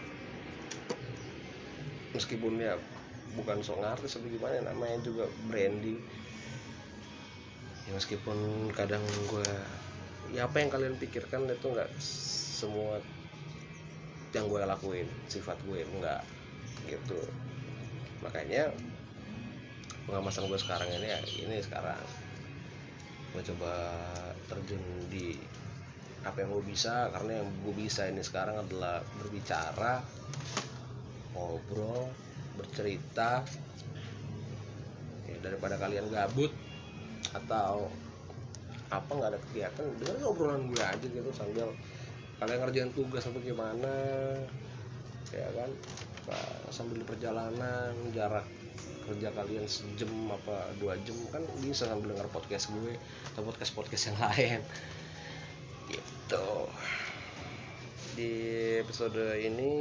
meskipun ya bukan sok ngartis atau gimana, namanya juga branding ya. Meskipun kadang gue ya apa yang kalian pikirkan itu nggak semua yang gue lakuin, sifat gue enggak gitu. Makanya pengemasan gue sekarang ini sekarang gue coba terjun di apa yang gue bisa, karena yang gue bisa ini sekarang adalah berbicara, ngobrol, bercerita ya. Daripada kalian gabut atau apa nggak ada kegiatan, dengerin obrolan gue aja gitu sambil kalian ngerjain tugas atau gimana ya kan, sambil di perjalanan, jarak kerja kalian sejam apa 2 jam kan bisa sambil denger podcast gue atau podcast yang lain gitu. Di episode ini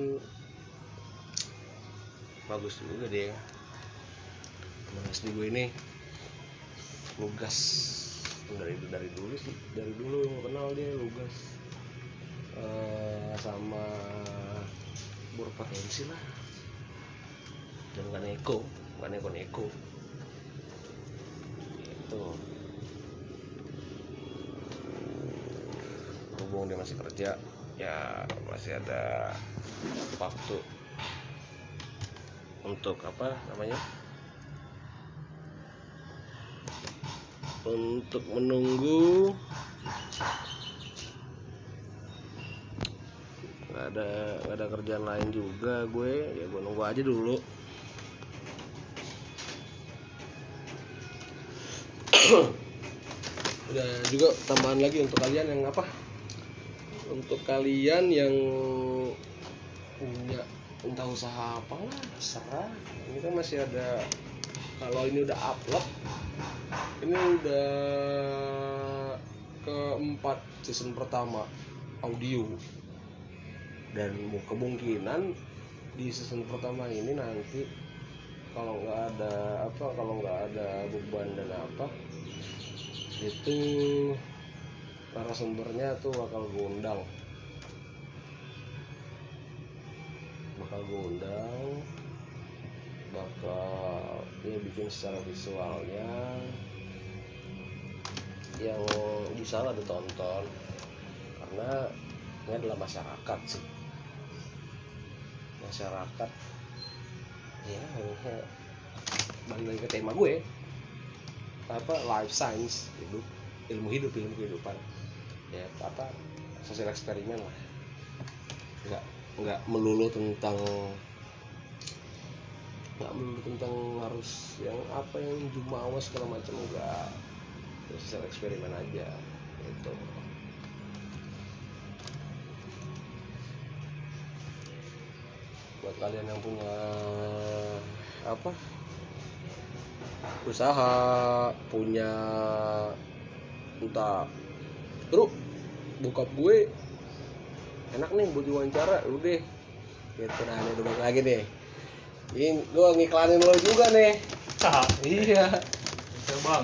bagus juga deh teman SD gue ini, Lugas. Dari dulu sih, dari dulu kenal dia Lugas, sama berpotensi lah, dan gak neko gitu. Hubung dia masih kerja ya, masih ada waktu untuk untuk menunggu. Gak ada kerjaan lain juga gue, ya gue nunggu aja dulu. Udah juga tambahan lagi untuk kalian yang untuk kalian yang punya entah usaha apalah, terserah. Ini kan masih ada, kalau ini udah upload, ini udah keempat season pertama audio, dan kemungkinan di season pertama ini nanti kalau nggak ada beban dan itu narasumbernya tuh bakal gue undang, bakal dia bikin secara visualnya yang bisa lah ditonton, karena ini adalah masyarakat ya. Balik lagi ke tema gue, life science, ilmu kehidupan ya, sosial eksperimen lah. Nggak melulu tentang harus yang jumawa segala macam, enggak. Sosial eksperimen aja gitu. Buat kalian yang punya usaha, punya entah bokap gue enak nih buat diwawancara, udah gitu. Nah ini udah lagi nih, ini gue ngiklanin lo juga nih. Iya bisa bang.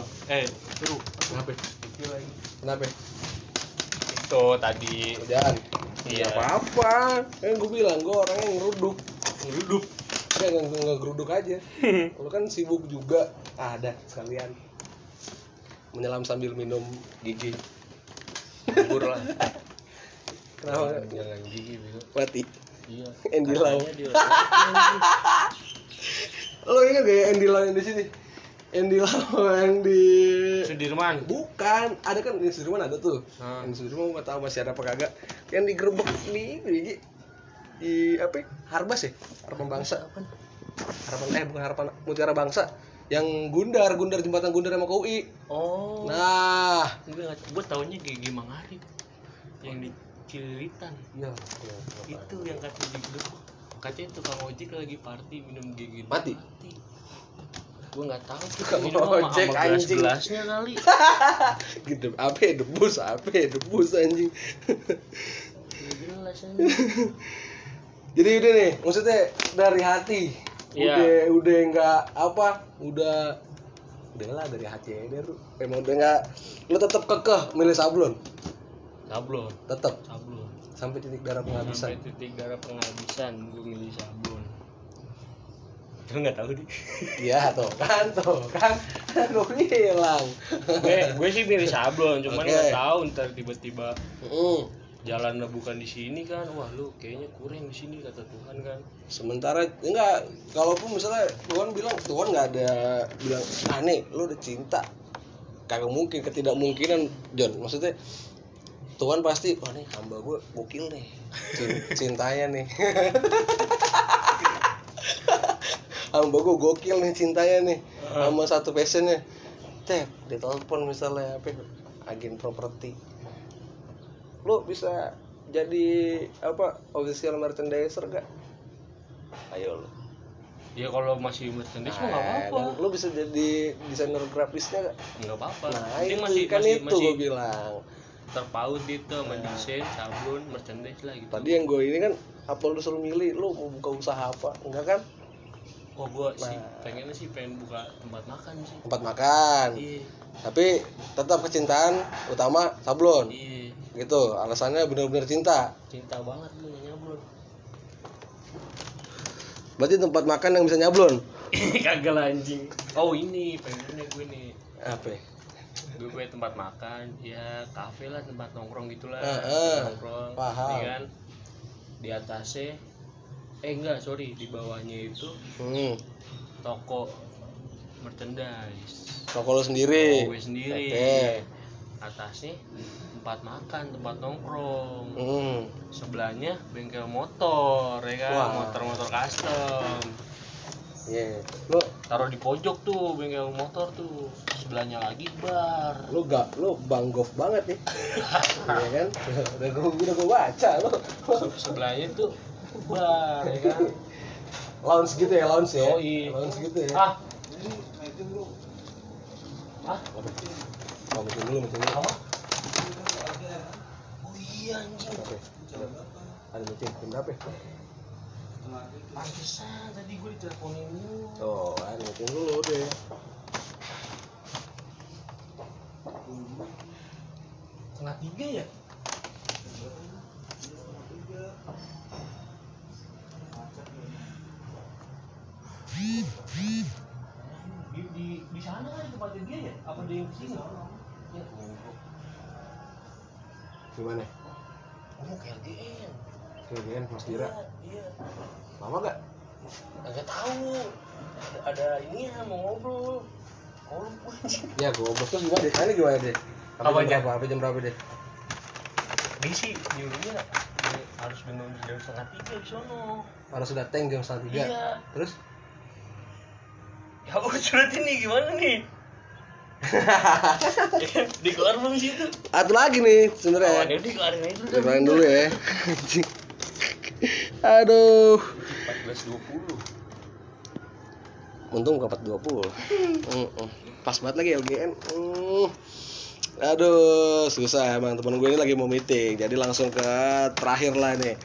Kenapa itu tadi jangan. Iya. Apa-apa, kan gue bilang gue orangnya ngeruduk. Nggak geruduk aja. Lu kan sibuk juga. Ada sekalian menyelam sambil minum gigi. Bubur lah. Kenapa? Jangan gigi gitu. Mati. Iya. Andy Lau. Katanya dia laki-laki. Lo ingat gak ya Andy Lau yang di sini? Andy Lau yang di Sudirman. bukan, ada kan di Sudirman ada tuh. Hmm. Yang di Sudirman gua nggak tahu masih ada apa kagak. Yang digerebek di apa? Ya? Harbas ya? Harapan Bangsa. Bukan Harapan Mutiara Bangsa. Yang Gundar jembatan Gundar sama KUI. Oh. Nah, Gue taunya Gigi Mangarip yang di Cililitan. iya. Itu yang katanya digerebek. Katanya tukang ojek lagi party minum Gigi. Mati. Gue nggak tahu tuh. Tukang Minum ojek, sama anjing. gelas-gelasnya kali. Gitu. Apa ya, debus anjing. Gelas anjing. Jadi udah nih, maksudnya dari hati. Iya. Udah enggak apa, udah lah dari hati aja lu. Emang udah enggak, lu tetap kekeh milih sablon. Sablon. Tetap Sablon. sampai titik darah penghabisan. Sampai titik darah penghabisan gue milih sablon. Lu nggak tahu deh. Iya tuh kan. Gue bilang. gue sih milih sablon, cuman Oke. nggak tahu ntar tiba-tiba Mm. jalannya bukan di sini kan. Wah lu kayaknya kurang di sini kata Tuhan kan. Sementara enggak, kalaupun misalnya Tuhan nggak ada bilang nih lu udah cinta, kagak mungkin, ketidakmungkinan John. Maksudnya Tuhan pasti, wah nih hamba gue gokil nih cintanya nih. Hamba gue gokil nih cintanya nih sama satu passionnya. Ditelepon misalnya apa, agen properti, lu bisa jadi apa, official merchandiser gak? Ayo lu. Ya kalau masih merchandise mah nggak apa-apa. Kan, lu bisa jadi desainer grafisnya gak? Nggak apa-apa. Nah Penting itu kan itu gue bilang. terpaut gitu sama desain, sablon, merchandise lah gitu. Tadi yang gue ini kan, apa lu disuruh milih, lu mau buka usaha apa? Enggak kan? Oh gue sih pengen buka tempat makan sih. Tempat makan. Iya. Tapi tetap kecintaan utama sablon. Iya. Gitu, alasannya benar-benar cinta. Cinta banget lu nyablon. Berarti tempat makan yang bisa nyablon. Kagak lah, anjing. Oh ini pengennya gue nih. Apa? Gue punya tempat makan, ya kafe lah, tempat nongkrong gitulah. Nongkrong. Paham. Iya kan? Di atasnya di bawahnya itu toko merchandise. Toko lu sendiri. Toko gue sendiri. Oke. Atasnya tempat makan, tempat nongkrong. Hmm. Sebelahnya bengkel motor, ya kan? Wah. Motor-motor custom. Iya. Lu Taruh di pojok tuh bengkel motor tuh. Sebelahnya lagi bar. lu Bang Gof banget nih. Iya kan? Udah gua baca lu. Sebelahnya tuh bar, ya kan? Lounge gitu ya, lounge ya. Oh, iya. Lounge gitu ya. Ah, Oh, meeting dulu. apa? Oh iya anjing. Oke. Ada meeting jam berapa ya? Pantesan tadi gue diteleponin dulu. Oh, ada meeting dulu deh. Setengah 3 ya? Di sana kan tempatnya dia ya? Apa dia yang kesini? Ya, Gimana? mau ke LGN. Kalian Mas Dira. Iya. Lama gak? Agak tahu. Ada ini ya mau ngobrol. Oh, lupa anjing. Ya, goblok tuh gimana deh? Ini gimana deh? Apanya? Apa jam berapa deh? Dia sih nyuruhnya harus minum jam 2:30 di sono. Harus sudah tank jam 2:30. Iya. Terus? Ya udah surat ini gimana nih? Dikeluar belum sih itu? Atau lagi nih Oh, sebenarnya. ini dikeluarin aja dulu. Kirain dulu ya. Aduh. 14:20. Untung bukan 420. Pas banget lagi LGN. Aduh, susah emang, temen gue ini lagi mau meeting. Jadi langsung ke terakhir lah nih.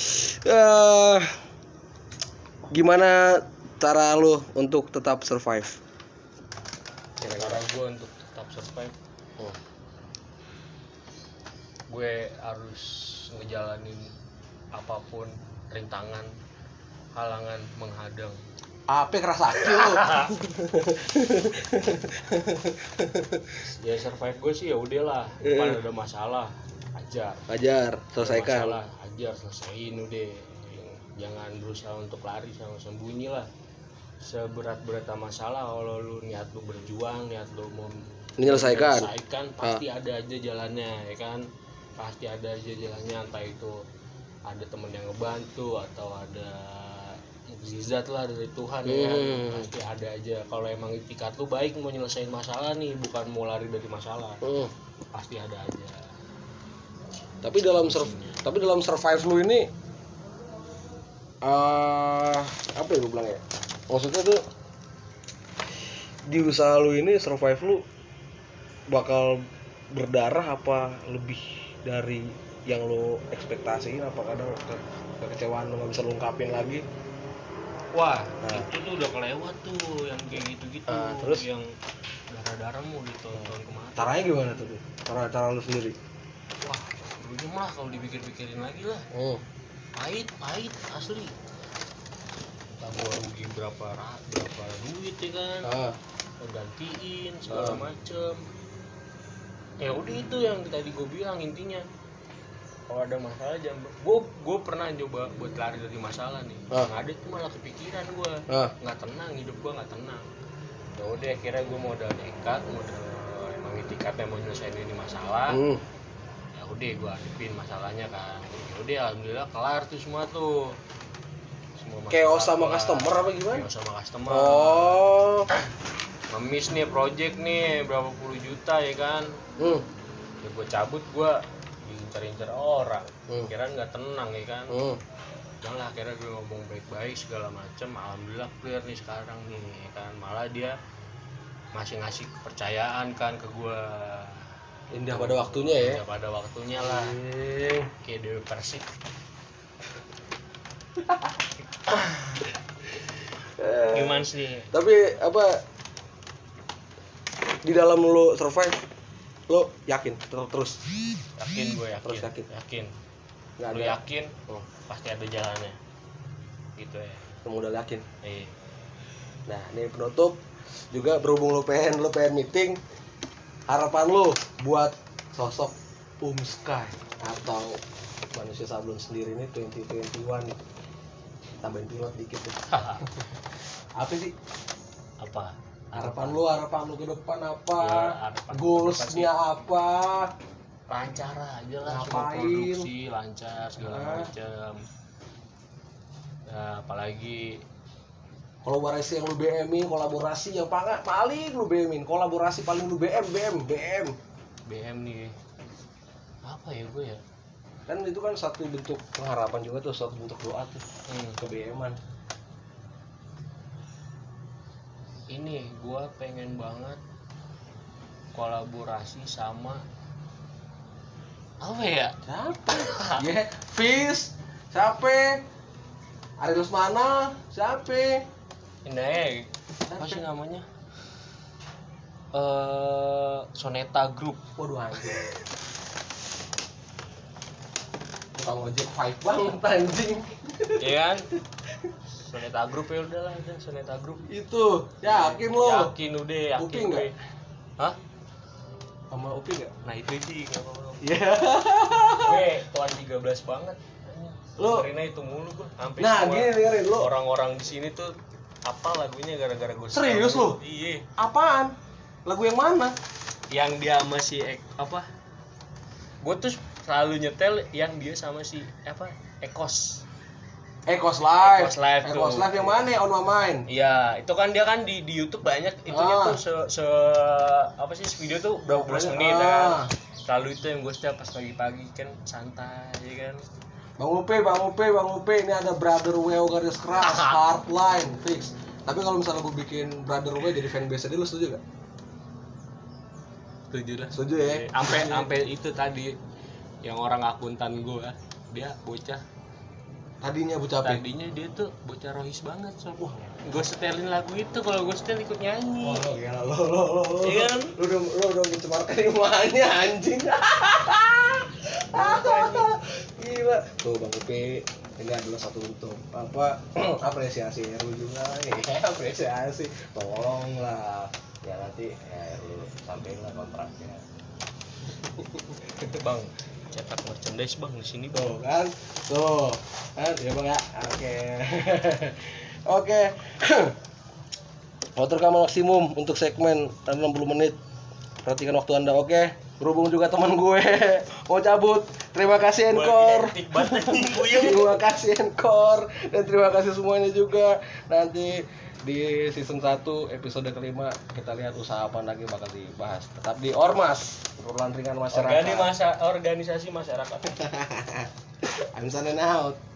Gimana cara lu untuk tetap survive? Cara gue untuk tetap survive, gue harus ngejalanin apapun rintangan halangan menghadang. Apa kerasa aki lu? Ya survive gue sih ya udahlah, kalau ada masalah ajar selesaikan. masalah ajar, selesaiin udah. Jangan berusaha untuk lari sama sembunyi lah. Seberat-berat masalah, kalau lu niat lu berjuang, niat lu mau Menyelesaikan, pasti ada aja jalannya, ya kan? Pasti ada aja jalannya, entah itu ada temen yang ngebantu atau ada mukjizat lah dari Tuhan, ya kan? Pasti ada aja. Kalau emang itikat lu baik mau nyelesain masalah nih, bukan mau lari dari masalah, pasti ada aja. Tapi dalam survive lu ini apa ya gue bilang ya? Maksudnya tuh di usaha lu ini survive lu bakal berdarah apa lebih dari yang lu ekspektasiin, apa kadang kekecewaan lu nggak bisa lu ungkapin lagi? Wah, itu tuh udah kelewat tuh yang kayak gitu-gitu. Terus yang darah-darah mau ditonton kemana? Caranya gimana tuh? Cara lu sendiri? Wah, runyem lah kalau dipikir-pikirin lagi lah. Pahit asli. Tak gua rugi berapa duit, ya kan? Gantiin segala macem. Ya udah, itu yang tadi gue bilang intinya. Kalau ada masalah jangan, gue pernah coba buat lari dari masalah nih. Yang ada tuh malah kepikiran gue, nggak tenang, hidup gue nggak tenang. Ya udah, akhirnya gue modal nekat, emang itikatnya mau nyelesain ini masalah. Ya udah, gue hadepin masalahnya kan. Ya udah, alhamdulillah kelar tuh semua tuh. Chaos sama customer apa gimana? Chaos sama customer. Ngemis nih project nih berapa puluh juta, ya kan? Ya gue cabut, gue diincar-incar orang, kira nggak tenang, ya kan? Jangan lah, akhirnya gue ngomong baik-baik segala macem. Alhamdulillah clear nih sekarang nih, ya kan? Malah dia masih ngasih kepercayaan kan ke gue. Indah pada waktunya ya? Indah pada waktunya lah. Kayak Dewi Persik. Gimana sih? Tapi apa, di dalam lo survive, lo yakin terus? Gue yakin. Terus yakin. Nggak Lo ada. yakin? Pasti ada jalannya. Gitu ya. Modal yakin. Iya. Nah, ini penutup juga, berhubung lo pengen meeting, harapan lo buat sosok Sky atau manusia sablon sendiri ini 2021 nih. Tambahin pilot dikit tuh. Apa sih? Apa? Harapan lu ke depan apa? Ya, Goalsnya apa? Lancar aja lah, semua Ngapain? produksi lancar segala macam. Ya, apalagi Kolaborasi yang lu BM-in, kolaborasi yang paling lu BM-in, kolaborasi paling lu BM. nih. Apa ya gue ya? Kan itu kan satu bentuk pengharapan juga tuh, satu bentuk doa tuh ke BM-an. Ini gue pengen banget kolaborasi sama apa ya? Siapa? Ya, Fish. Siapa? Ari Rusmana. Siapa? Ini apa sih namanya? Soneta Group. Waduh anjing. Tukang ojek five banget anjing. Iya kan? Soneta Group, ya udahlah, Soneta Group. Itu, yakin lo? Yakin udah, Upi yakin nggak? gue. Hah? Sama Upi nggak? Nah itu sih nggak apa-apa. Iya. Gue tuan 13 banget. Lo? Dengerinnya itu mulu gue. Sampai Nah, semua gini dengerin lo. orang-orang di sini tuh apa lagunya gara-gara gue. Serius lo? Iya. Apaan? Lagu yang mana? Yang dia sama si apa? Gue tuh selalu nyetel yang dia sama si apa? Ekos Live yang mana? On My Mind. Iya, itu kan dia kan di YouTube banyak itunya tuh apa sih, video tuh berapa belas menit kan. Selalu itu yang gue setiap pas pagi-pagi kan santai, ya kan. Bang Upe, ini ada Brother Weo garis keras, hardline, fix. Tapi kalau misalnya gue bikin Brother Weo jadi fanbase dia, lu setuju gak? Setuju ya? Sampai itu tadi yang orang akuntan gue, dia bocah. Tadinya bocah apa? Tadinya dia tuh bocah rohis banget, so. Wah, gue setelin lagu itu, kalau gue setel ikut nyanyi. Oh, gila lo. Iya kan? Lu udah mencemarkan rumahnya anjing. Gila. Tuh Bang Upe, ini adalah satu bentuk apa apresiasi Heru juga apresiasi, tolonglah ya nanti ya Heru sampein lah kontraknya. Bang, cetak merchandise bang di sini bang. Tuh kan ya bang ya, oke. Waktu rekaman maksimum untuk segmen 60 menit. Perhatikan waktu Anda, oke? Berhubung juga teman gue mau cabut. Terima kasih Encore. Terima kasih Encore dan terima kasih semuanya juga. Nanti di season 1 episode kelima kita lihat usaha apa lagi bakal dibahas. Tetap di Ormas, Perguruan Ringan Masyarakat. Organisasi masyarakat. I'm signing out.